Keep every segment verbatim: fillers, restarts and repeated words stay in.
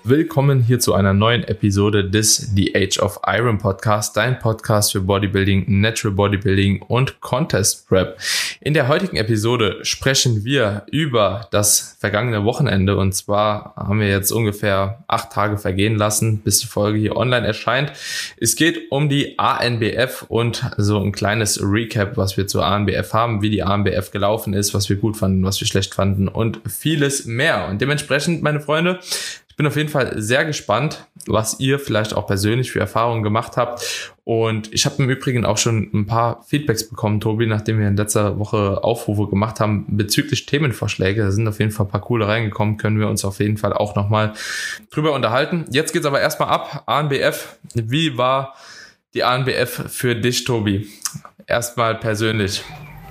Willkommen hier zu einer neuen Episode des The Age of Iron Podcast, dein Podcast für Bodybuilding, Natural Bodybuilding und Contest Prep. In der heutigen Episode sprechen wir über das vergangene Wochenende, und zwar haben wir jetzt ungefähr acht Tage vergehen lassen, bis die Folge hier online erscheint. Es geht um die A N B F und so ein kleines Recap, was wir zur A N B F haben, wie die A N B F gelaufen ist, was wir gut fanden, was wir schlecht fanden und vieles mehr. Und dementsprechend, meine Freunde, ich bin auf jeden Fall sehr gespannt, was ihr vielleicht auch persönlich für Erfahrungen gemacht habt. Und ich habe im Übrigen auch schon ein paar Feedbacks bekommen, Tobi, nachdem wir in letzter Woche Aufrufe gemacht haben bezüglich Themenvorschläge. Da sind auf jeden Fall ein paar coole reingekommen, können wir uns auf jeden Fall auch nochmal drüber unterhalten. Jetzt geht's aber erstmal ab. A N B F, wie war die A N B F für dich, Tobi? Erstmal persönlich.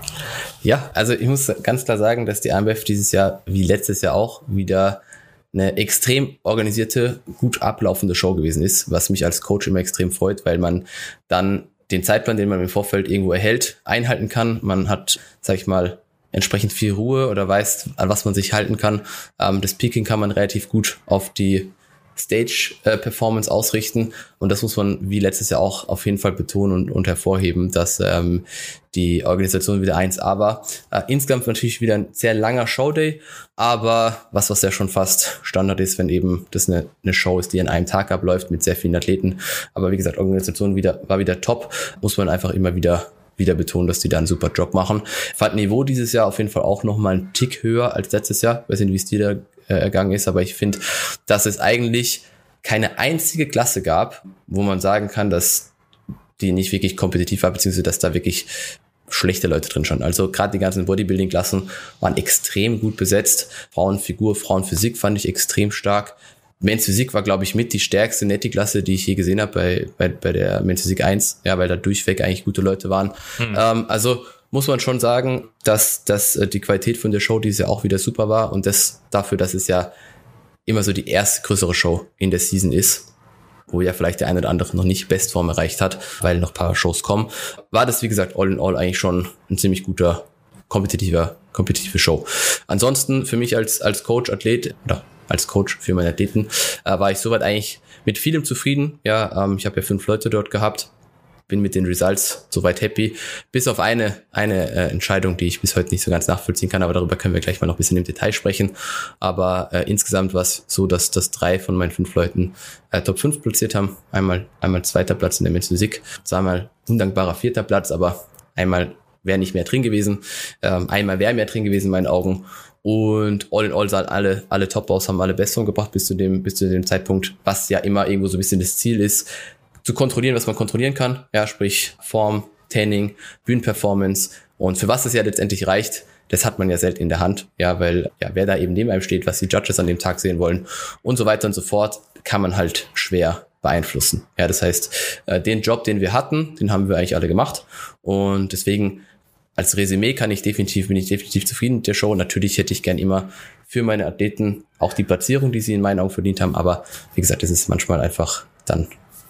Ja, also ich muss ganz klar sagen, dass die A N B F dieses Jahr, wie letztes Jahr auch, wieder eine extrem organisierte, gut ablaufende Show gewesen ist, was mich als Coach immer extrem freut, weil man dann den Zeitplan, den man im Vorfeld irgendwo erhält, einhalten kann. Man hat, sag ich mal, entsprechend viel Ruhe oder weiß, an was man sich halten kann. Ähm, das Peaking kann man relativ gut auf die Stage-Performance äh, ausrichten, und das muss man wie letztes Jahr auch auf jeden Fall betonen und, und hervorheben, dass ähm, die Organisation wieder eins A war. Äh, insgesamt natürlich wieder ein sehr langer Showday, aber was was ja schon fast Standard ist, wenn eben das eine, eine Show ist, die an einem Tag abläuft mit sehr vielen Athleten. Aber wie gesagt, Organisation wieder war wieder top, muss man einfach immer wieder wieder betonen, dass die da einen super Job machen. Ich fand Niveau dieses Jahr auf jeden Fall auch nochmal einen Tick höher als letztes Jahr. Ich weiß nicht, wie es dir da äh, ergangen ist, aber ich finde, dass es eigentlich keine einzige Klasse gab, wo man sagen kann, dass die nicht wirklich kompetitiv war, beziehungsweise dass da wirklich schlechte Leute drin standen. Also gerade die ganzen Bodybuilding-Klassen waren extrem gut besetzt. Frauenfigur, Frauenphysik fand ich extrem stark. Men's Physik war, glaube ich, mit die stärkste Netty-Klasse, die ich je gesehen habe bei, bei, bei der Men's Physik eins, ja, weil da durchweg eigentlich gute Leute waren. Hm. Ähm, also muss man schon sagen, dass, dass die Qualität von der Show dieses Jahr auch wieder super war, und das dafür, dass es ja immer so die erste größere Show in der Season ist, wo ja vielleicht der eine oder andere noch nicht Bestform erreicht hat, weil noch ein paar Shows kommen, war das, wie gesagt, all in all eigentlich schon ein ziemlich guter, kompetitiver, kompetitive Show. Ansonsten für mich als, als Coach, Athlet, oder als Coach für meine Athleten, äh, war ich soweit eigentlich mit vielem zufrieden. Ja, ähm, ich habe ja fünf Leute dort gehabt, bin mit den Results soweit happy, bis auf eine eine äh, Entscheidung, die ich bis heute nicht so ganz nachvollziehen kann, aber darüber können wir gleich mal noch ein bisschen im Detail sprechen. Aber äh, insgesamt war es so, dass dass drei von meinen fünf Leuten äh, Top fünf platziert haben. Einmal einmal zweiter Platz in der Men's Physik, zweimal undankbarer vierter Platz, aber einmal wäre nicht mehr drin gewesen, ähm, einmal wäre mehr drin gewesen in meinen Augen. Und all in all sahen alle, alle Top-Baus haben alle Besserung gebracht bis zu dem, bis zu dem Zeitpunkt, was ja immer irgendwo so ein bisschen das Ziel ist, zu kontrollieren, was man kontrollieren kann. Ja, sprich Form, Tanning, Bühnenperformance. Und für was das ja letztendlich reicht, das hat man ja selten in der Hand. Ja, weil, ja, wer da eben neben einem steht, was die Judges an dem Tag sehen wollen und so weiter und so fort, kann man halt schwer beeinflussen. Ja, das heißt, äh, den Job, den wir hatten, den haben wir eigentlich alle gemacht. Und deswegen, als Resümee kann ich definitiv, bin ich definitiv zufrieden mit der Show. Natürlich hätte ich gern immer für meine Athleten auch die Platzierung, die sie in meinen Augen verdient haben. Aber wie gesagt, das ist manchmal einfach dann,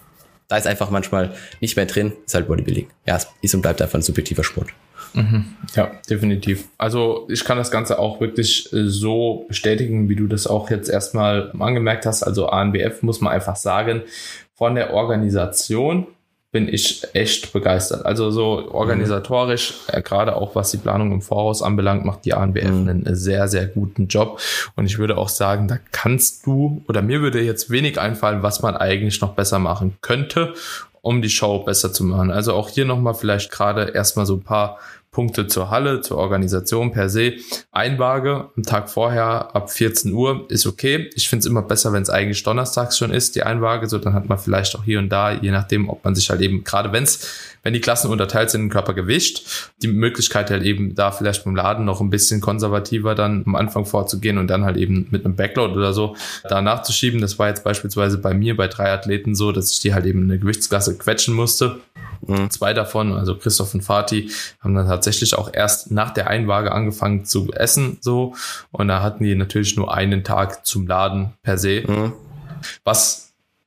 da ist einfach manchmal nicht mehr drin, ist halt Bodybuilding. Ja, es ist und bleibt einfach ein subjektiver Sport. Mhm. Ja, definitiv. Also ich kann das Ganze auch wirklich so bestätigen, wie du das auch jetzt erstmal angemerkt hast. Also A N B F muss man einfach sagen, von der Organisation bin ich echt begeistert. Also so organisatorisch, mhm. äh, gerade auch was die Planung im Voraus anbelangt, macht die A N B F mhm. einen sehr, sehr guten Job. Und ich würde auch sagen, da kannst du, oder mir würde jetzt wenig einfallen, was man eigentlich noch besser machen könnte, um die Show besser zu machen. Also auch hier nochmal vielleicht gerade erstmal so ein paar Punkte zur Halle, zur Organisation per se. Einwaage am Tag vorher ab vierzehn Uhr ist okay. Ich finde es immer besser, wenn es eigentlich donnerstags schon ist, die Einwaage. So, dann hat man vielleicht auch hier und da, je nachdem, ob man sich halt eben, gerade wenn es, wenn die Klassen unterteilt sind im Körpergewicht, die Möglichkeit halt eben da vielleicht beim Laden noch ein bisschen konservativer dann am Anfang vorzugehen und dann halt eben mit einem Backload oder so da nachzuschieben. Das war jetzt beispielsweise bei mir bei drei Athleten so, dass ich die halt eben in eine Gewichtsklasse quetschen musste. Mhm. Zwei davon, also Christoph und Fatih, haben dann tatsächlich auch erst nach der Einwaage angefangen zu essen, so. Und da hatten die natürlich nur einen Tag zum Laden per se. Mhm. Was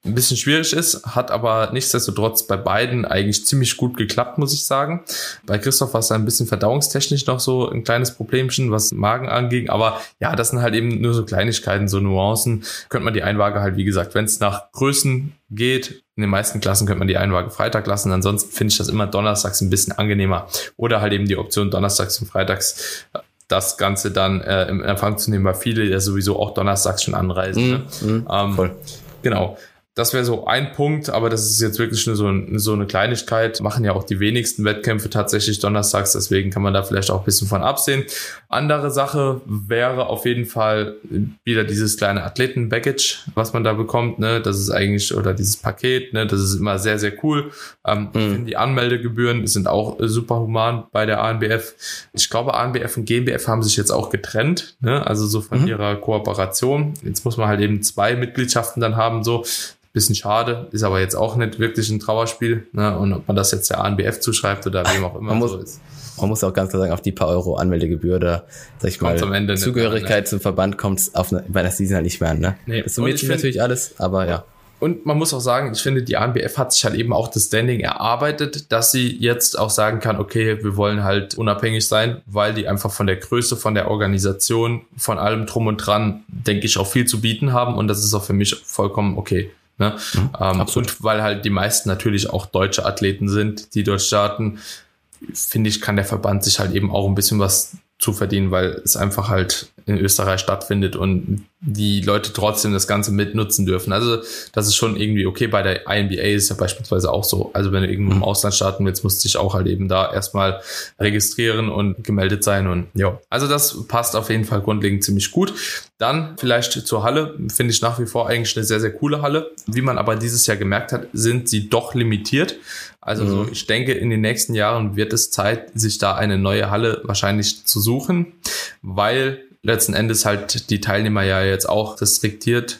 ein bisschen schwierig ist, hat aber nichtsdestotrotz bei beiden eigentlich ziemlich gut geklappt, muss ich sagen. Bei Christoph war es ein bisschen verdauungstechnisch noch so ein kleines Problemchen, was Magen anging, aber ja, das sind halt eben nur so Kleinigkeiten, so Nuancen. Könnte man die Einwaage halt, wie gesagt, wenn es nach Größen geht, in den meisten Klassen könnte man die Einwaage Freitag lassen, ansonsten finde ich das immer donnerstags ein bisschen angenehmer oder halt eben die Option donnerstags und freitags das Ganze dann äh, im Empfang zu nehmen, weil viele ja sowieso auch donnerstags schon anreisen. Mm, ne? mm, ähm, voll. Genau. Das wäre so ein Punkt, aber das ist jetzt wirklich nur so, ein, so eine Kleinigkeit. Machen ja auch die wenigsten Wettkämpfe tatsächlich donnerstags, deswegen kann man da vielleicht auch ein bisschen von absehen. Andere Sache wäre auf jeden Fall wieder dieses kleine Athleten-Baggage, was man da bekommt, ne? Das ist eigentlich, oder dieses Paket, ne? Das ist immer sehr, sehr cool. Ähm, mhm. Ich finde, die Anmeldegebühren sind auch super human bei der A N B F. Ich glaube, A N B F und G N B F haben sich jetzt auch getrennt, ne? Also so von mhm. ihrer Kooperation. Jetzt muss man halt eben zwei Mitgliedschaften dann haben, so. Bisschen schade, ist aber jetzt auch nicht wirklich ein Trauerspiel, ne? Und ob man das jetzt der A N B F zuschreibt oder wem auch immer man muss, so ist. Man muss auch ganz klar sagen, auf die paar Euro Anmeldegebühr oder, sag ich kommt's mal, Zugehörigkeit an, ne? zum Verband kommt es auf eine, bei der Season halt nicht mehr an, ne? Nee. Das summiert sich natürlich alles, aber ja. Und man muss auch sagen, ich finde, die A N B F hat sich halt eben auch das Standing erarbeitet, dass sie jetzt auch sagen kann, okay, wir wollen halt unabhängig sein, weil die einfach von der Größe, von der Organisation, von allem drum und dran, denke ich, auch viel zu bieten haben und das ist auch für mich vollkommen okay. Ne? Mhm, ähm, und weil halt die meisten natürlich auch deutsche Athleten sind, die dort starten, finde ich, kann der Verband sich halt eben auch ein bisschen was zu verdienen, weil es einfach halt in Österreich stattfindet und die Leute trotzdem das Ganze mitnutzen dürfen. Also das ist schon irgendwie okay. Bei der I N B A ist ja beispielsweise auch so. Also wenn du irgendwo im Ausland starten willst, musst du dich auch halt eben da erstmal registrieren und gemeldet sein. Und ja, also das passt auf jeden Fall grundlegend ziemlich gut. Dann vielleicht zur Halle. Finde ich nach wie vor eigentlich eine sehr, sehr coole Halle. Wie man aber dieses Jahr gemerkt hat, sind sie doch limitiert. Also mhm. so, ich denke, in den nächsten Jahren wird es Zeit, sich da eine neue Halle wahrscheinlich zu suchen, weil letzten Endes halt die Teilnehmer ja jetzt auch restriktiert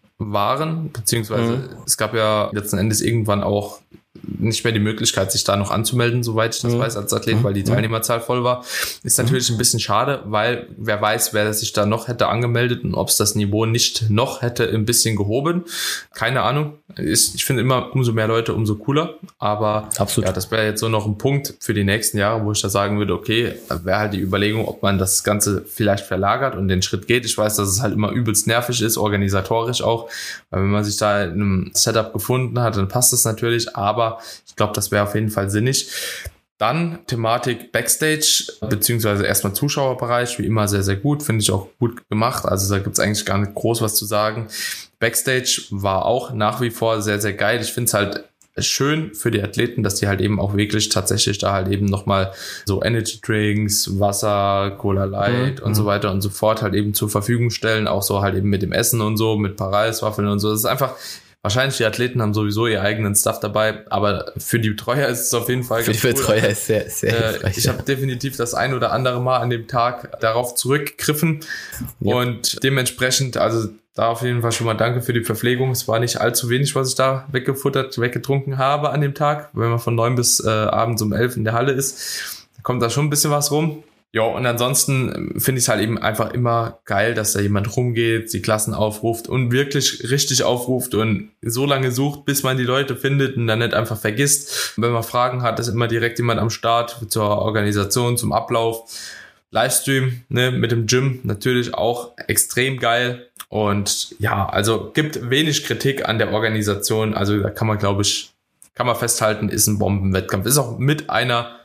waren, beziehungsweise mhm. es gab ja letzten Endes irgendwann auch nicht mehr die Möglichkeit, sich da noch anzumelden, soweit ich das mhm. weiß, als Athlet, weil die Teilnehmerzahl voll war. Ist natürlich ein bisschen schade, weil wer weiß, wer sich da noch hätte angemeldet und ob es das Niveau nicht noch hätte ein bisschen gehoben. Keine Ahnung. Ist, ich finde immer, umso mehr Leute, umso cooler. Aber absolut. Ja, das wäre jetzt so noch ein Punkt für die nächsten Jahre, wo ich da sagen würde, okay, wäre halt die Überlegung, ob man das Ganze vielleicht verlagert und den Schritt geht. Ich weiß, dass es halt immer übelst nervig ist, organisatorisch auch, weil wenn man sich da in einem Setup gefunden hat, dann passt das natürlich, aber ich glaube, das wäre auf jeden Fall sinnig. Dann Thematik Backstage, beziehungsweise erstmal Zuschauerbereich, wie immer sehr, sehr gut, finde ich auch gut gemacht. Also da gibt es eigentlich gar nicht groß was zu sagen. Backstage war auch nach wie vor sehr, sehr geil. Ich finde es halt schön für die Athleten, dass die halt eben auch wirklich tatsächlich da halt eben nochmal so Energy Drinks, Wasser, Cola Light mhm. und so weiter und so fort halt eben zur Verfügung stellen. Auch so halt eben mit dem Essen und so, mit paar Reiswaffeln und so. Das ist einfach... Wahrscheinlich die Athleten haben sowieso ihr eigenen Stuff dabei, aber für die Betreuer ist es auf jeden Fall für die cool. Betreuer ist sehr, sehr äh, hilfreich. Ich ja. habe definitiv das ein oder andere Mal an dem Tag darauf zurückgegriffen ja. und dementsprechend, also da auf jeden Fall schon mal danke für die Verpflegung. Es war nicht allzu wenig, was ich da weggefuttert, weggetrunken habe an dem Tag. Wenn man von neun bis äh, abends um elf in der Halle ist, kommt da schon ein bisschen was rum. Ja, und ansonsten finde ich es halt eben einfach immer geil, dass da jemand rumgeht, die Klassen aufruft und wirklich richtig aufruft und so lange sucht, bis man die Leute findet und dann nicht einfach vergisst. Wenn man Fragen hat, ist immer direkt jemand am Start zur Organisation, zum Ablauf. Livestream, ne, mit dem Gym natürlich auch extrem geil. Und ja, also gibt wenig Kritik an der Organisation. Also da kann man, glaube ich, kann man festhalten, ist ein Bombenwettkampf. Ist auch mit einer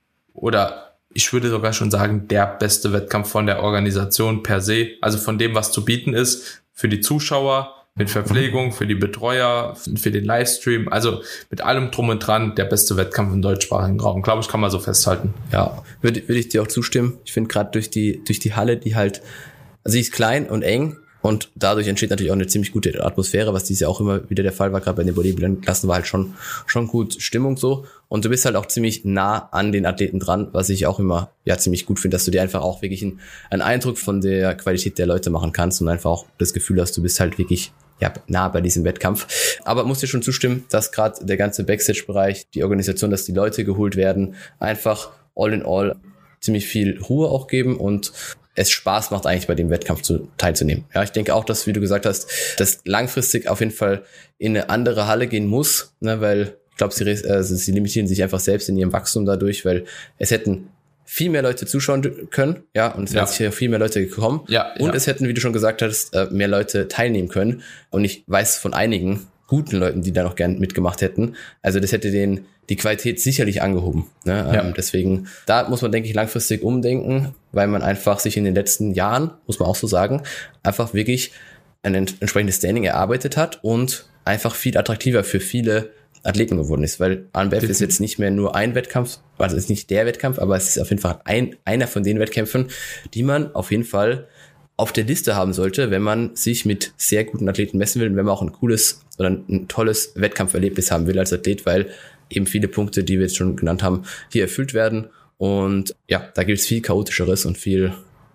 oder ich würde sogar schon sagen, der beste Wettkampf von der Organisation per se. Also von dem, was zu bieten ist, für die Zuschauer, mit Verpflegung, für die Betreuer, für den Livestream. Also mit allem drum und dran der beste Wettkampf im deutschsprachigen Raum. Glaube ich, kann man so festhalten. Ja, würde, würde ich dir auch zustimmen. Ich finde gerade durch die, durch die Halle, die halt, also sie ist klein und eng. Und dadurch entsteht natürlich auch eine ziemlich gute Atmosphäre, was dieses Jahr auch immer wieder der Fall war. Gerade bei den Bodybuilding-Klassen war halt schon schon gut Stimmung so. Und du bist halt auch ziemlich nah an den Athleten dran, was ich auch immer ja ziemlich gut finde, dass du dir einfach auch wirklich einen, einen Eindruck von der Qualität der Leute machen kannst und einfach auch das Gefühl hast, du bist halt wirklich ja nah bei diesem Wettkampf. Aber muss dir schon zustimmen, dass gerade der ganze Backstage-Bereich, die Organisation, dass die Leute geholt werden, einfach all in all ziemlich viel Ruhe auch geben und es Spaß macht, eigentlich bei dem Wettkampf zu, teilzunehmen. Ja, ich denke auch, dass, wie du gesagt hast, dass langfristig auf jeden Fall in eine andere Halle gehen muss, ne, weil ich glaube, sie, äh, sie limitieren sich einfach selbst in ihrem Wachstum dadurch, weil es hätten viel mehr Leute zuschauen können, ja, und es wären ja. sicher viel mehr Leute gekommen. Ja, und ja. es hätten, wie du schon gesagt hast, mehr Leute teilnehmen können. Und ich weiß von einigen guten Leuten, die da noch gern mitgemacht hätten. Also das hätte denen die Qualität sicherlich angehoben. Ne? Ja. Ähm, deswegen, da muss man, denke ich, langfristig umdenken, weil man einfach sich in den letzten Jahren, muss man auch so sagen, einfach wirklich ein entsprechendes Standing erarbeitet hat und einfach viel attraktiver für viele Athleten geworden ist, weil A N B F ist jetzt nicht mehr nur ein Wettkampf, also ist nicht der Wettkampf, aber es ist auf jeden Fall ein, einer von den Wettkämpfen, die man auf jeden Fall auf der Liste haben sollte, wenn man sich mit sehr guten Athleten messen will und wenn man auch ein cooles oder ein tolles Wettkampferlebnis haben will als Athlet, weil eben viele Punkte, die wir jetzt schon genannt haben, hier erfüllt werden. Und ja, da gibt es viel chaotischeres und viel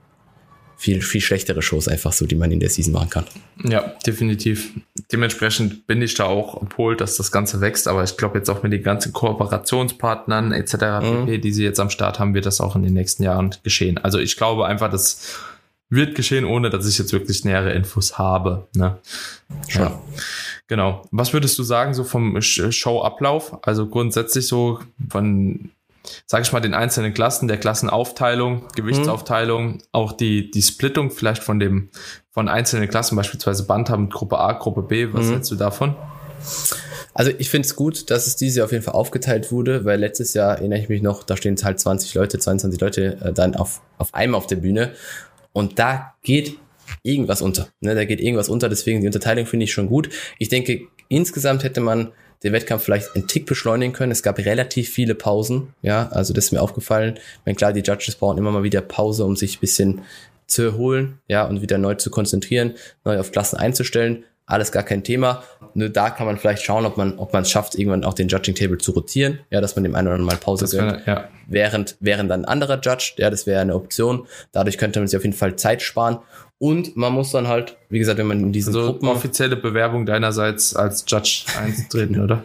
viel, viel schlechtere Shows einfach so, die man in der Season machen kann. Ja, definitiv. Dementsprechend bin ich da auch obwohl, dass das Ganze wächst, aber ich glaube jetzt auch mit den ganzen Kooperationspartnern et cetera Mhm. pp., die sie jetzt am Start haben, wird das auch in den nächsten Jahren geschehen. Also ich glaube einfach, das wird geschehen, ohne dass ich jetzt wirklich nähere Infos habe. Ne? Schon. Ja. Genau. Was würdest du sagen so vom Showablauf? Also grundsätzlich so von, sag ich mal, den einzelnen Klassen, der Klassenaufteilung, Gewichtsaufteilung, mhm. auch die, die Splittung vielleicht von dem, von einzelnen Klassen, beispielsweise Bantam, Gruppe A, Gruppe B. Was mhm. hältst du davon? Also ich finde es gut, dass es dieses Jahr auf jeden Fall aufgeteilt wurde, weil letztes Jahr, erinnere ich mich noch, da stehen halt zwanzig Leute, zweiundzwanzig Leute äh, dann auf, auf einmal auf der Bühne und da geht irgendwas unter. Ne? Da geht irgendwas unter, deswegen die Unterteilung finde ich schon gut. Ich denke, insgesamt hätte man den Wettkampf vielleicht einen Tick beschleunigen können. Es gab relativ viele Pausen, ja, also das ist mir aufgefallen. Ich meine, klar, die Judges brauchen immer mal wieder Pause, um sich ein bisschen zu erholen, ja, und wieder neu zu konzentrieren, neu auf Klassen einzustellen. Alles gar kein Thema. Nur da kann man vielleicht schauen, ob man ob man es schafft, irgendwann auch den Judging Table zu rotieren, ja, dass man dem einen oder anderen mal Pause gönnt. Ja. Während, während dann ein anderer Judge, ja, das wäre eine Option. Dadurch könnte man sich auf jeden Fall Zeit sparen. Und man muss dann halt, wie gesagt, wenn man in diesen also Gruppen... offizielle Bewerbung deinerseits als Judge einzutreten, oder?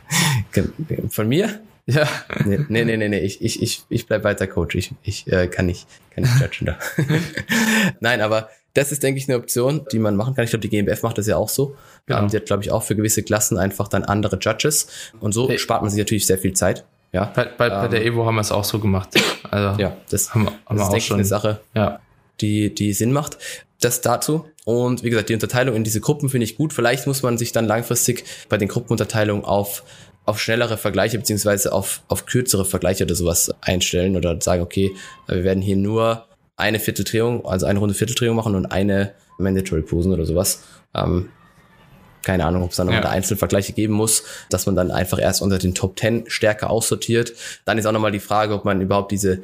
Von mir? Ja. Nee, nee, nee, nee, nee. ich, ich, ich, ich bleib weiter Coach. Ich, ich äh, kann nicht, kann nicht judgen da. Nein, aber das ist, denke ich, eine Option, die man machen kann. Ich glaube, die G M B F macht das ja auch so. Genau. Ähm, die hat, glaube ich, auch für gewisse Klassen einfach dann andere Judges. Und so hey. spart man sich natürlich sehr viel Zeit. Ja. Bei, bei, ähm, bei der Evo haben wir es auch so gemacht. Also ja, das, haben, haben das wir ist, auch denke schon ich, eine Sache, ja. die, die Sinn macht. Das dazu. Und wie gesagt, die Unterteilung in diese Gruppen finde ich gut. Vielleicht muss man sich dann langfristig bei den Gruppenunterteilungen auf auf schnellere Vergleiche beziehungsweise auf auf kürzere Vergleiche oder sowas einstellen oder sagen, okay, wir werden hier nur eine Vierteldrehung, also eine Runde Vierteldrehung machen und eine Mandatory Posen oder sowas. Ähm, keine Ahnung, ob es dann noch ja. Einzelvergleiche geben muss, dass man dann einfach erst unter den Top Ten stärker aussortiert. Dann ist auch nochmal die Frage, ob man überhaupt diese,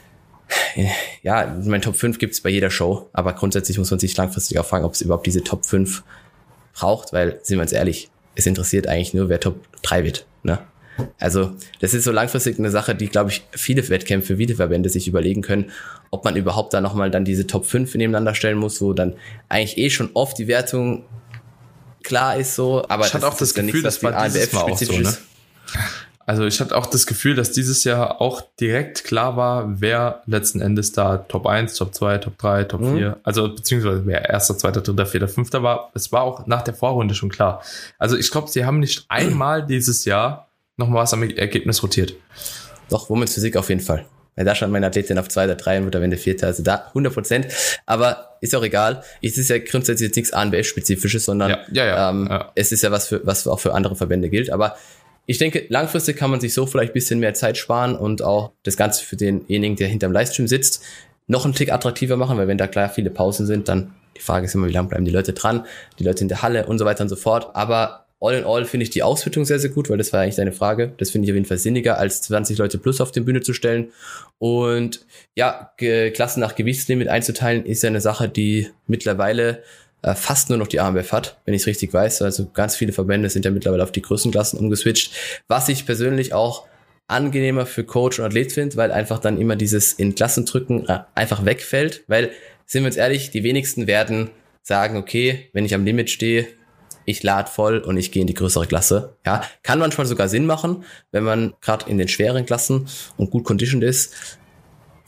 ja, mein Top fünf gibt es bei jeder Show, aber grundsätzlich muss man sich langfristig auch fragen, ob es überhaupt diese Top fünf braucht, weil, sind wir uns ehrlich, es interessiert eigentlich nur, wer Top drei wird. Ne? Also das ist so langfristig eine Sache, die, glaube ich, viele Wettkämpfe, viele Verbände sich überlegen können, ob man überhaupt da nochmal dann diese Top fünf nebeneinander stellen muss, wo dann eigentlich eh schon oft die Wertung klar ist so, aber ich hatte auch das Gefühl, das war dieses Mal auch so, ne? Also ich hatte auch das Gefühl, dass dieses Jahr auch direkt klar war, wer letzten Endes da Top eins, Top zwei, Top drei, Top vier, mhm. also beziehungsweise wer erster, zweiter, dritter, vierter, fünfter war. Es war auch nach der Vorrunde schon klar. Also ich glaube, sie haben nicht einmal dieses Jahr noch was am Ergebnis rotiert. Doch, Women's Physik auf jeden Fall. Weil da stand meine Athletin auf zwei oder drei und wird am Ende Vierter, also da hundert Prozent. Aber ist auch egal. Es ist ja grundsätzlich jetzt nichts A N B F-spezifisches, sondern ja, ja, ja, ähm, ja. es ist ja was, für, was auch für andere Verbände gilt. Aber ich denke, langfristig kann man sich so vielleicht ein bisschen mehr Zeit sparen und auch das Ganze für denjenigen, der hinterm Livestream sitzt, noch einen Tick attraktiver machen, weil wenn da klar viele Pausen sind, dann die Frage ist immer, wie lange bleiben die Leute dran, die Leute in der Halle und so weiter und so fort. Aber all in all finde ich die Auswertung sehr, sehr gut, weil das war eigentlich deine Frage. Das finde ich auf jeden Fall sinniger, als zwanzig Leute plus auf die Bühne zu stellen. Und ja, Ge- Klassen nach Gewichtslimit einzuteilen, ist ja eine Sache, die mittlerweile fast nur noch die A N B F hat, wenn ich es richtig weiß. Also ganz viele Verbände sind ja mittlerweile auf die Größenklassen umgeswitcht, was ich persönlich auch angenehmer für Coach und Athlet finde, weil einfach dann immer dieses in Klassen drücken einfach wegfällt, weil, sind wir uns ehrlich, die wenigsten werden sagen, okay, wenn ich am Limit stehe, ich lade voll und ich gehe in die größere Klasse. Ja, kann manchmal sogar Sinn machen, wenn man gerade in den schweren Klassen und gut conditioned ist.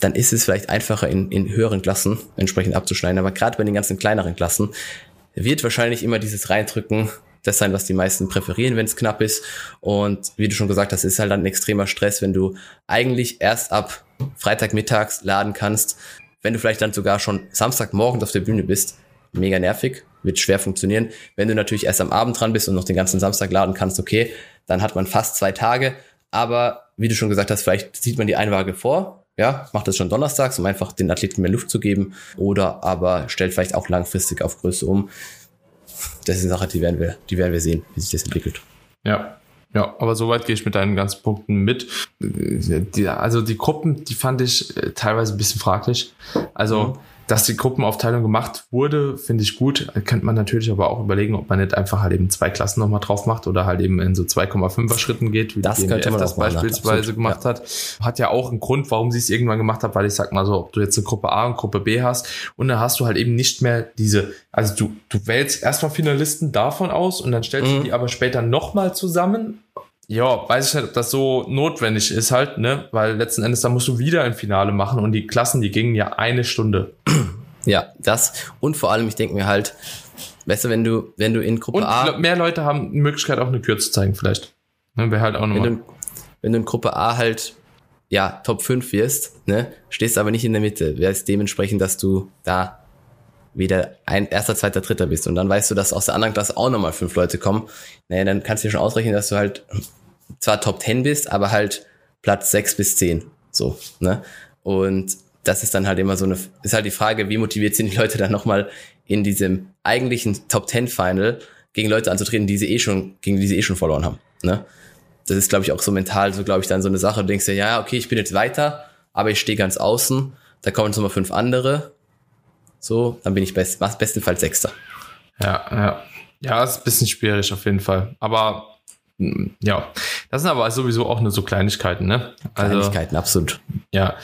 dann ist es vielleicht einfacher in, in höheren Klassen entsprechend abzuschneiden. Aber gerade bei den ganzen kleineren Klassen wird wahrscheinlich immer dieses Reindrücken das sein, was die meisten präferieren, wenn es knapp ist. Und wie du schon gesagt hast, ist halt dann ein extremer Stress, wenn du eigentlich erst ab Freitagmittags laden kannst, wenn du vielleicht dann sogar schon Samstagmorgens auf der Bühne bist. Mega nervig, wird schwer funktionieren. Wenn du natürlich erst am Abend dran bist und noch den ganzen Samstag laden kannst, okay, dann hat man fast zwei Tage. Aber wie du schon gesagt hast, vielleicht zieht man die Einwaage vor, ja, macht das schon donnerstags, um einfach den Athleten mehr Luft zu geben, oder aber stellt vielleicht auch langfristig auf Größe um. Das ist eine Sache, die werden wir, die werden wir sehen, wie sich das entwickelt. Ja, ja, aber soweit gehe ich mit deinen ganzen Punkten mit. Die, also die Gruppen, die fand ich teilweise ein bisschen fraglich. Also, mhm. dass die Gruppenaufteilung gemacht wurde, finde ich gut. Könnte man natürlich aber auch überlegen, ob man nicht einfach halt eben zwei Klassen nochmal drauf macht oder halt eben in so zwei Komma fünfer Schritten geht, wie das die könnte man das beispielsweise Absolut. gemacht ja. hat. Hat ja auch einen Grund, warum sie es irgendwann gemacht hat, weil ich sag mal so, ob du jetzt eine Gruppe A und Gruppe B hast und dann hast du halt eben nicht mehr diese, also du, du wählst erstmal Finalisten davon aus und dann stellst mhm. du die aber später nochmal zusammen. Ja, weiß ich nicht, ob das so notwendig ist halt, ne, weil letzten Endes, da musst du wieder ein Finale machen und die Klassen, die gingen ja eine Stunde. Ja, das und vor allem, ich denke mir halt, weißt du, wenn du, wenn du in Gruppe und A... mehr Leute haben die Möglichkeit, auch eine Kür zu zeigen vielleicht. Ne, wäre halt auch nochmal... Wenn du, wenn du in Gruppe A halt, ja, Top fünf wirst, ne, stehst aber nicht in der Mitte, wäre es dementsprechend, dass du da wieder ein erster, zweiter, dritter bist und dann weißt du, dass aus der anderen Klasse auch nochmal fünf Leute kommen, naja, dann kannst du dir schon ausrechnen, dass du halt zwar Top zehn bist, aber halt Platz sechs bis zehn, so, ne, und das ist dann halt immer so eine, ist halt die Frage, wie motiviert sind die Leute dann nochmal in diesem eigentlichen Top zehn Final gegen Leute anzutreten, die sie eh schon, gegen die sie eh schon verloren haben, ne, das ist, glaube ich, auch so mental, so, glaube ich, dann so eine Sache, du denkst dir, ja, okay, ich bin jetzt weiter, aber ich stehe ganz außen, da kommen jetzt nochmal fünf andere, so, dann bin ich best, bestenfalls Sechster. Ja, ja. Ja, ist ein bisschen schwierig auf jeden Fall. Aber ja, das sind aber sowieso auch nur so Kleinigkeiten, ne? Also, Kleinigkeiten, absolut. Ja.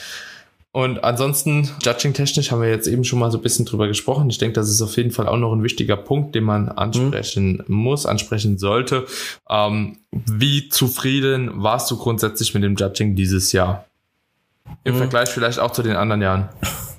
Und ansonsten, judging-technisch haben wir jetzt eben schon mal so ein bisschen drüber gesprochen. Ich denke, das ist auf jeden Fall auch noch ein wichtiger Punkt, den man ansprechen mhm. muss, ansprechen sollte. Ähm, wie zufrieden warst du grundsätzlich mit dem Judging dieses Jahr? Im mhm. Vergleich vielleicht auch zu den anderen Jahren.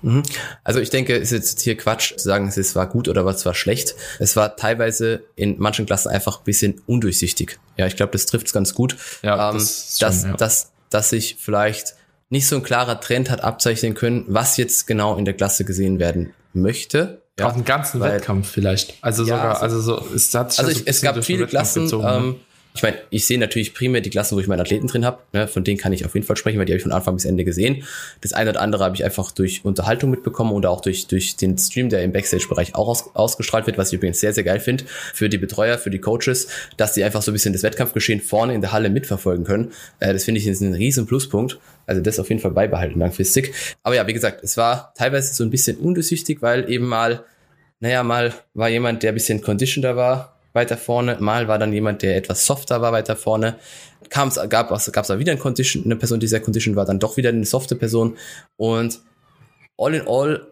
Also ich denke, es ist jetzt hier Quatsch zu sagen, es war gut oder was war schlecht. Es war teilweise in manchen Klassen einfach ein bisschen undurchsichtig. Ja, ich glaube, das trifft es ganz gut. Ja, ähm, das dass, schon, ja. dass, dass sich vielleicht nicht so ein klarer Trend hat abzeichnen können, was jetzt genau in der Klasse gesehen werden möchte. Ja, auch einen ganzen weil, Wettkampf vielleicht. Also ja, sogar, also so, es hat sich also so ich, es gab viele Klassen, gezogen, ähm, ne? Ich meine, ich sehe natürlich primär die Klassen, wo ich meinen Athleten drin habe. Ne, von denen kann ich auf jeden Fall sprechen, weil die habe ich von Anfang bis Ende gesehen. Das eine oder andere habe ich einfach durch Unterhaltung mitbekommen oder auch durch durch den Stream, der im Backstage-Bereich auch aus, ausgestrahlt wird, was ich übrigens sehr, sehr geil finde für die Betreuer, für die Coaches, dass die einfach so ein bisschen das Wettkampfgeschehen vorne in der Halle mitverfolgen können. Äh, das finde ich ist ein riesen Pluspunkt. Also das auf jeden Fall beibehalten langfristig. Aber ja, wie gesagt, es war teilweise so ein bisschen undurchsichtig, weil eben mal, naja, mal war jemand, der ein bisschen conditioner war, weiter vorne, mal war dann jemand, der etwas softer war, weiter vorne. Kam's, gab es gab's da wieder ein Condition, eine Person, die sehr condition war, dann doch wieder eine softe Person. Und all in all,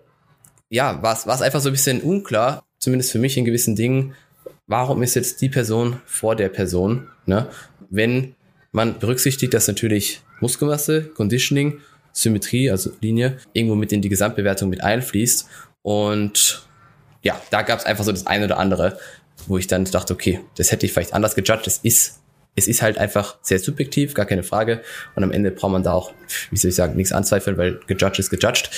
ja, war es einfach so ein bisschen unklar, zumindest für mich in gewissen Dingen, warum ist jetzt die Person vor der Person, ne? Wenn man berücksichtigt, dass natürlich Muskelmasse, Conditioning, Symmetrie, also Linie, irgendwo mit in die Gesamtbewertung mit einfließt. Und ja, da gab es einfach so das eine oder andere, wo ich dann dachte, okay, das hätte ich vielleicht anders gejudged. Es ist, es ist halt einfach sehr subjektiv, gar keine Frage. Und am Ende braucht man da auch, wie soll ich sagen, nichts anzweifeln, weil gejudged ist gejudged.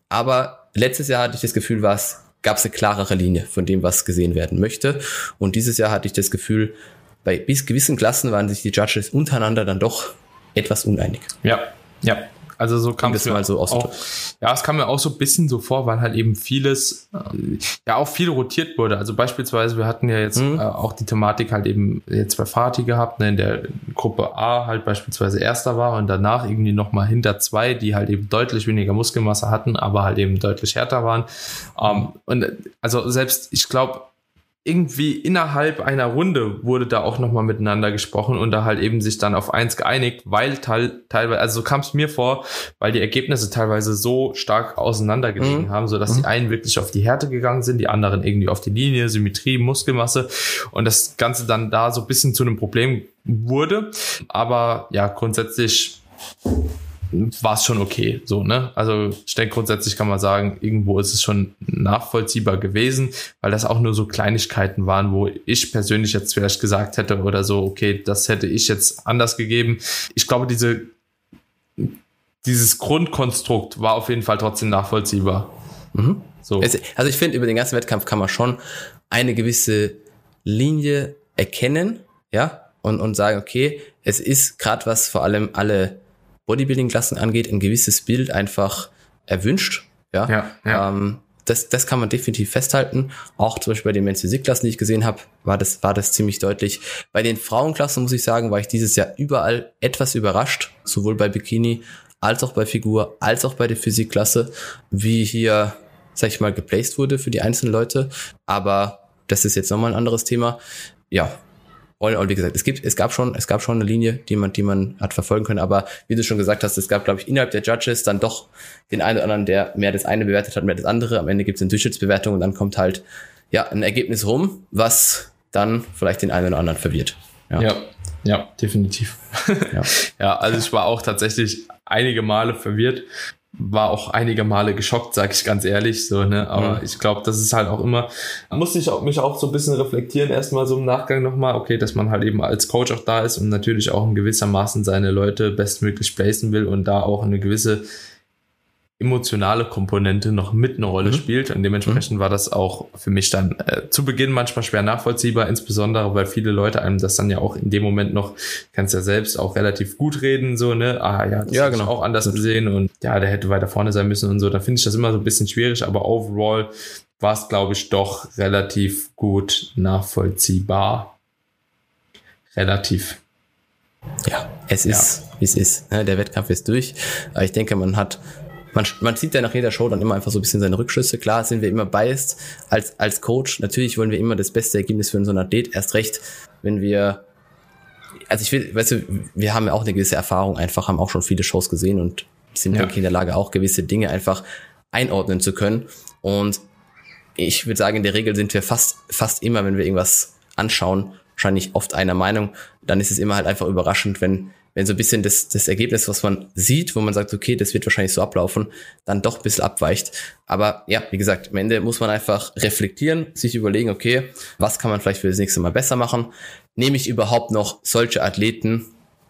Aber letztes Jahr hatte ich das Gefühl, was gab es eine klarere Linie von dem, was gesehen werden möchte. Und dieses Jahr hatte ich das Gefühl, bei bis gewissen Klassen waren sich die Judges untereinander dann doch etwas uneinig. Ja, ja. Also so kam es mir mal so auch, ja, es kam mir auch so ein bisschen so vor, weil halt eben vieles, äh, ja auch viel rotiert wurde. Also beispielsweise, wir hatten ja jetzt mhm. äh, auch die Thematik halt eben jetzt bei Fatih gehabt, ne, in der Gruppe A halt beispielsweise Erster war und danach irgendwie nochmal hinter zwei, die halt eben deutlich weniger Muskelmasse hatten, aber halt eben deutlich härter waren. Ähm, und also selbst, ich glaube, irgendwie innerhalb einer Runde wurde da auch nochmal miteinander gesprochen und da halt eben sich dann auf eins geeinigt, weil teil, teilweise, also so kam es mir vor, weil die Ergebnisse teilweise so stark auseinander gelegen mhm. haben, so dass mhm. die einen wirklich auf die Härte gegangen sind, die anderen irgendwie auf die Linie, Symmetrie, Muskelmasse und das Ganze dann da so ein bisschen zu einem Problem wurde. Aber ja, grundsätzlich war es schon okay, so, ne? Also ich denke, grundsätzlich kann man sagen, irgendwo ist es schon nachvollziehbar gewesen, weil das auch nur so Kleinigkeiten waren, wo ich persönlich jetzt vielleicht gesagt hätte oder so, okay, das hätte ich jetzt anders gegeben. Ich glaube, diese dieses Grundkonstrukt war auf jeden Fall trotzdem nachvollziehbar. Mhm. So. Also ich finde, über den ganzen Wettkampf kann man schon eine gewisse Linie erkennen, ja, und, und sagen, okay, es ist gerade, was vor allem alle Bodybuilding-Klassen angeht, ein gewisses Bild einfach erwünscht. Ja, ja, ja. Ähm, das, das kann man definitiv festhalten. Auch zum Beispiel bei den Men's Physik-Klassen, die ich gesehen habe, war das, war das ziemlich deutlich. Bei den Frauenklassen, muss ich sagen, war ich dieses Jahr überall etwas überrascht, sowohl bei Bikini als auch bei Figur, als auch bei der Physikklasse, wie hier, sag ich mal, geplaced wurde für die einzelnen Leute. Aber das ist jetzt nochmal ein anderes Thema. Ja, all in all, wie gesagt, es gibt, es gab schon, es gab schon eine Linie, die man, die man hat verfolgen können, aber wie du schon gesagt hast, es gab, glaube ich, innerhalb der Judges dann doch den einen oder anderen, der mehr das eine bewertet hat, mehr das andere. Am Ende gibt es eine Durchschnittsbewertung und dann kommt halt, ja, ein Ergebnis rum, was dann vielleicht den einen oder anderen verwirrt. Ja, ja, ja definitiv. Ja. Ja, also ich war auch tatsächlich einige Male verwirrt, war auch einige Male geschockt, sag ich ganz ehrlich, so, ne, aber mhm. ich glaube, das ist halt auch immer, musste ich auch, mich auch so ein bisschen reflektieren, erstmal so im Nachgang nochmal, okay, dass man halt eben als Coach auch da ist und natürlich auch in gewissermaßen seine Leute bestmöglich placen will und da auch eine gewisse emotionale Komponente noch mit eine Rolle mhm. spielt und dementsprechend mhm. war das auch für mich dann äh, zu Beginn manchmal schwer nachvollziehbar, insbesondere weil viele Leute einem das dann ja auch in dem Moment noch, kannst ja selbst auch relativ gut reden, so, ne, ah ja, das ja, habe genau. ich auch anders gesehen und ja, der hätte weiter vorne sein müssen und so, da finde ich das immer so ein bisschen schwierig, aber overall war es, glaube ich, doch relativ gut nachvollziehbar. Relativ. Ja, es ist, ja. wie es ist, ne? Der Wettkampf ist durch, aber ich denke, man hat Man, man zieht ja nach jeder Show dann immer einfach so ein bisschen seine Rückschlüsse. Klar sind wir immer biased als, als Coach. Natürlich wollen wir immer das beste Ergebnis für unseren Athlet. Erst recht, wenn wir, also ich will, weißt du, wir haben ja auch eine gewisse Erfahrung einfach, haben auch schon viele Shows gesehen und sind ja. wirklich in der Lage, auch gewisse Dinge einfach einordnen zu können. Und ich würde sagen, in der Regel sind wir fast, fast immer, wenn wir irgendwas anschauen, wahrscheinlich oft einer Meinung. Dann ist es immer halt einfach überraschend, wenn wenn so ein bisschen das, das Ergebnis, was man sieht, wo man sagt, okay, das wird wahrscheinlich so ablaufen, dann doch ein bisschen abweicht. Aber ja, wie gesagt, am Ende muss man einfach reflektieren, sich überlegen, okay, was kann man vielleicht für das nächste Mal besser machen? Nehme ich überhaupt noch solche Athleten,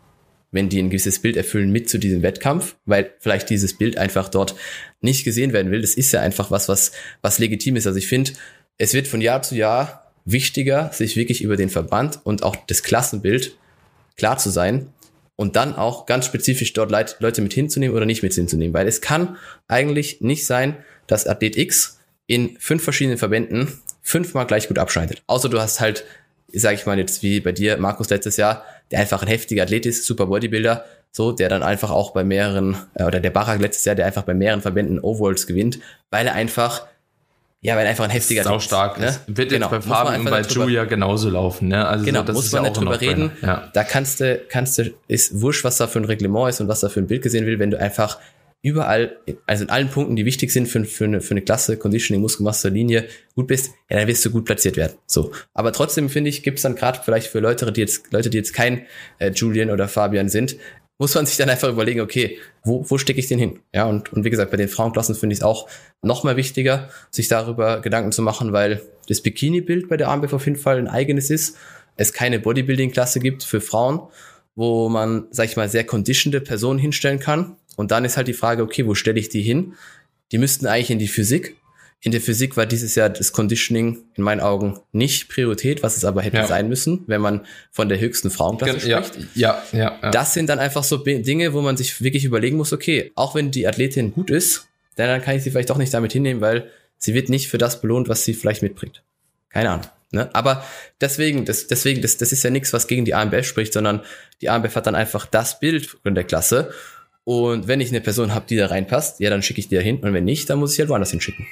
wenn die ein gewisses Bild erfüllen, mit zu diesem Wettkampf? Weil vielleicht dieses Bild einfach dort nicht gesehen werden will. Das ist ja einfach was, was, was legitim ist. Also ich finde, es wird von Jahr zu Jahr wichtiger, sich wirklich über den Verband und auch das Klassenbild klar zu sein, und dann auch ganz spezifisch dort Leute mit hinzunehmen oder nicht mit hinzunehmen. Weil es kann eigentlich nicht sein, dass Athlet X in fünf verschiedenen Verbänden fünfmal gleich gut abschneidet. Außer du hast halt, sag ich mal jetzt wie bei dir, Markus letztes Jahr, der einfach ein heftiger Athlet ist, super Bodybuilder, so, der dann einfach auch bei mehreren, oder der Barak letztes Jahr, der einfach bei mehreren Verbänden Overalls gewinnt, weil er einfach Ja, weil einfach ein heftiger Sau stark ist. Ne? Wird genau. jetzt bei Fabian und bei Julia genauso laufen. Ne? Also genau, so, das muss ist man ja nicht drüber reden. Ja. Da kannst du, kannst du, ist wurscht, was da für ein Reglement ist und was da für ein Bild gesehen will, wenn du einfach überall, also in allen Punkten, die wichtig sind für, für, eine, für eine Klasse, Conditioning, Muskelmasse, Linie, gut bist, ja, dann wirst du gut platziert werden. So. Aber trotzdem, finde ich, gibt's dann gerade vielleicht für Leute, die jetzt, Leute, die jetzt kein äh, Julian oder Fabian sind, muss man sich dann einfach überlegen, okay, wo, wo stecke ich den hin? Ja, und, und wie gesagt, bei den Frauenklassen finde ich es auch noch mal wichtiger, sich darüber Gedanken zu machen, weil das Bikini-Bild bei der A M B F auf jeden Fall ein eigenes ist. Es keine Bodybuilding-Klasse gibt für Frauen, wo man, sag ich mal, sehr conditioned Personen hinstellen kann. Und dann ist halt die Frage, okay, wo stelle ich die hin? Die müssten eigentlich in die Physik. In der Physik war dieses Jahr das Conditioning in meinen Augen nicht Priorität, was es aber hätte ja. sein müssen, wenn man von der höchsten Frauenklasse ja, spricht. Ja, ja, ja. Das sind dann einfach so Dinge, wo man sich wirklich überlegen muss, okay, auch wenn die Athletin gut ist, dann kann ich sie vielleicht doch nicht damit hinnehmen, weil sie wird nicht für das belohnt, was sie vielleicht mitbringt. Keine Ahnung. Ne? Aber deswegen, das, deswegen, das, das ist ja nichts, was gegen die A M B F spricht, sondern die A M B F hat dann einfach das Bild von der Klasse. Und wenn ich eine Person habe, die da reinpasst, ja, dann schicke ich die da hin. Und wenn nicht, dann muss ich halt woanders hinschicken.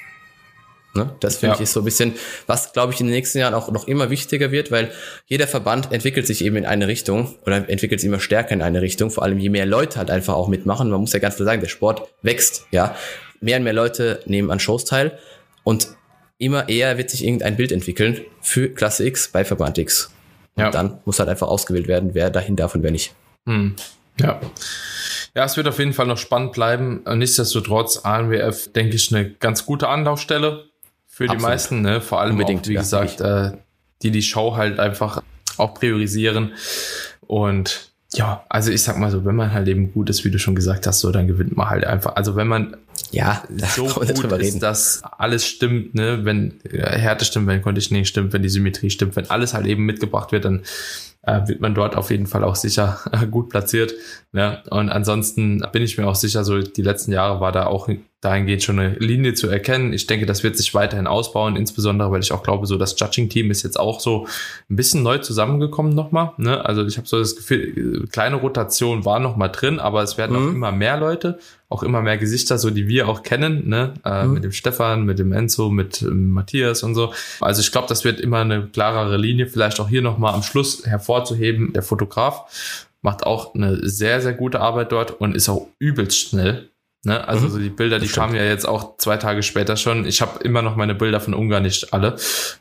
Ne? Das finde ja. ich ist so ein bisschen, was glaube ich in den nächsten Jahren auch noch immer wichtiger wird, weil jeder Verband entwickelt sich eben in eine Richtung oder entwickelt sich immer stärker in eine Richtung, vor allem je mehr Leute halt einfach auch mitmachen. Man muss ja ganz klar sagen, der Sport wächst, ja. Mehr und mehr Leute nehmen an Shows teil und immer eher wird sich irgendein Bild entwickeln für Klasse X bei Verband X. Und ja. dann muss halt einfach ausgewählt werden, wer dahin darf und wer nicht. Hm. Ja. Ja, es wird auf jeden Fall noch spannend bleiben. Nichtsdestotrotz, A N W F, denke ich, eine ganz gute Anlaufstelle für die Absolut. meisten. Ne? Vor allem Unbedingt, auch, wie ja, gesagt, äh, die die Show halt einfach auch priorisieren. Und ja, also ich sag mal so, wenn man halt eben gut ist, wie du schon gesagt hast, so, dann gewinnt man halt einfach. Also wenn man ja, so gut ist, dass alles stimmt, ne, wenn Härte stimmt, wenn Conditioning stimmt, wenn die Symmetrie stimmt, wenn alles halt eben mitgebracht wird, dann äh, wird man dort auf jeden Fall auch sicher äh, gut platziert. Ne? Und ansonsten bin ich mir auch sicher, so die letzten Jahre war da auch dahingehend schon eine Linie zu erkennen. Ich denke, das wird sich weiterhin ausbauen, insbesondere, weil ich auch glaube, so das Judging-Team ist jetzt auch so ein bisschen neu zusammengekommen nochmal. Ne? Also ich habe so das Gefühl, kleine Rotation war nochmal drin, aber es werden mhm. auch immer mehr Leute, auch immer mehr Gesichter, so die wir auch kennen, ne? Äh, mhm. mit dem Stefan, mit dem Enzo, mit ähm, Matthias und so. Also ich glaube, das wird immer eine klarere Linie, vielleicht auch hier nochmal am Schluss hervorzuheben. Der Fotograf macht auch eine sehr, sehr gute Arbeit dort und ist auch übelst schnell. Ne? Also mhm. so die Bilder, die kamen ja jetzt auch zwei Tage später schon. Ich habe immer noch meine Bilder von Ungarn nicht alle.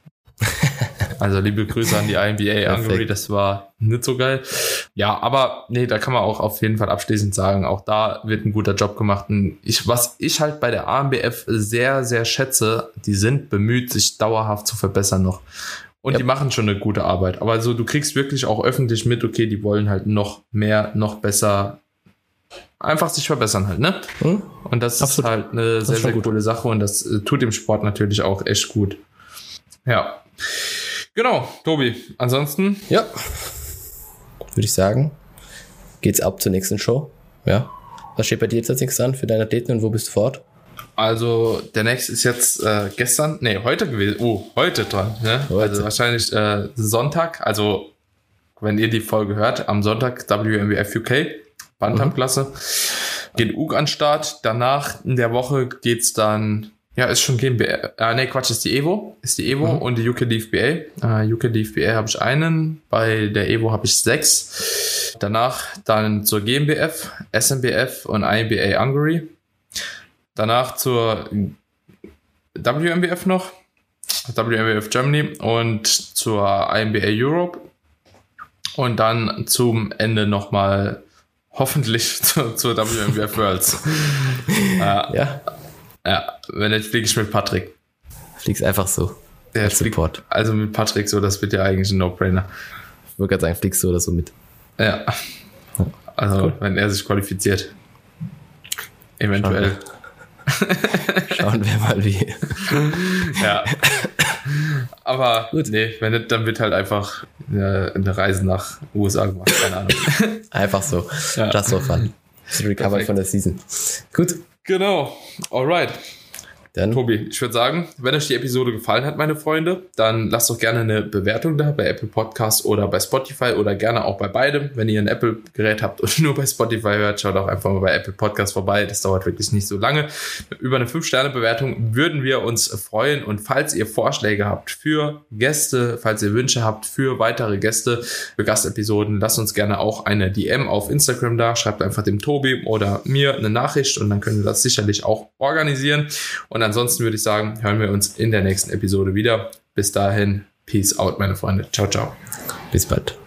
Also liebe Grüße an die I N B A Hungary, das war nicht so geil. Ja, aber nee, da kann man auch auf jeden Fall abschließend sagen, auch da wird ein guter Job gemacht. Und ich, was ich halt bei der A N B F sehr, sehr schätze, die sind bemüht, sich dauerhaft zu verbessern noch. Und ja. die machen schon eine gute Arbeit. Aber so, du kriegst wirklich auch öffentlich mit, okay, die wollen halt noch mehr, noch besser einfach sich verbessern halt, ne? Hm? Und das Absolut. Ist halt eine sehr, sehr coole Sache und das äh, tut dem Sport natürlich auch echt gut. Ja. Genau, Tobi. Ansonsten? Ja. Würde ich sagen, geht's ab zur nächsten Show. Ja. Was steht bei dir jetzt als nächstes an für deine Athleten und wo bist du vor Ort? Also, der nächste ist jetzt äh, gestern, nee, heute gewesen. Oh, heute dran, ne? Heute. Also wahrscheinlich äh, Sonntag, also wenn ihr die Folge hört, am Sonntag W M B F U K, Bantamklasse, mhm. geht U G an Start. Danach in der Woche geht's dann, ja, ist schon G M B A, äh, nee, Quatsch, ist die Evo, ist die Evo mhm. und die U K D F B A. Äh, U K D F B A habe ich einen, bei der Evo habe ich sechs. Danach dann zur G M B F, S M B F und I N B A Hungary. Danach zur W M B F noch, W M B F Germany und zur I N B A Europe. Und dann zum Ende nochmal hoffentlich zur, zur W M B F Worlds. äh, ja. Ja, wenn nicht, fliege ich mit Patrick. Fliegst einfach so. Der Support. Also mit Patrick so, das wird ja eigentlich ein No-Brainer. Ich würde gerade sagen, fliegst du oder so mit. Ja. Also, cool. Wenn er sich qualifiziert. Eventuell. Schauen wir mal wie. Ja. Aber gut, nee, wenn nicht, dann wird halt einfach eine, eine Reise nach U S A gemacht. Keine Ahnung. Einfach so. Ja. Just for fun. Recovered von der Season. Gut. Genau. Alright. Dann. Tobi, ich würde sagen, wenn euch die Episode gefallen hat, meine Freunde, dann lasst doch gerne eine Bewertung da bei Apple Podcasts oder bei Spotify oder gerne auch bei beidem. Wenn ihr ein Apple-Gerät habt und nur bei Spotify hört, schaut auch einfach mal bei Apple Podcasts vorbei. Das dauert wirklich nicht so lange. Über eine fünf Sterne Bewertung würden wir uns freuen. Und falls ihr Vorschläge habt für Gäste, falls ihr Wünsche habt für weitere Gäste, für Gastepisoden, lasst uns gerne auch eine D M auf Instagram da. Schreibt einfach dem Tobi oder mir eine Nachricht und dann können wir das sicherlich auch organisieren. Und ansonsten würde ich sagen, hören wir uns in der nächsten Episode wieder. Bis dahin, Peace out, meine Freunde. Ciao, ciao. Bis bald.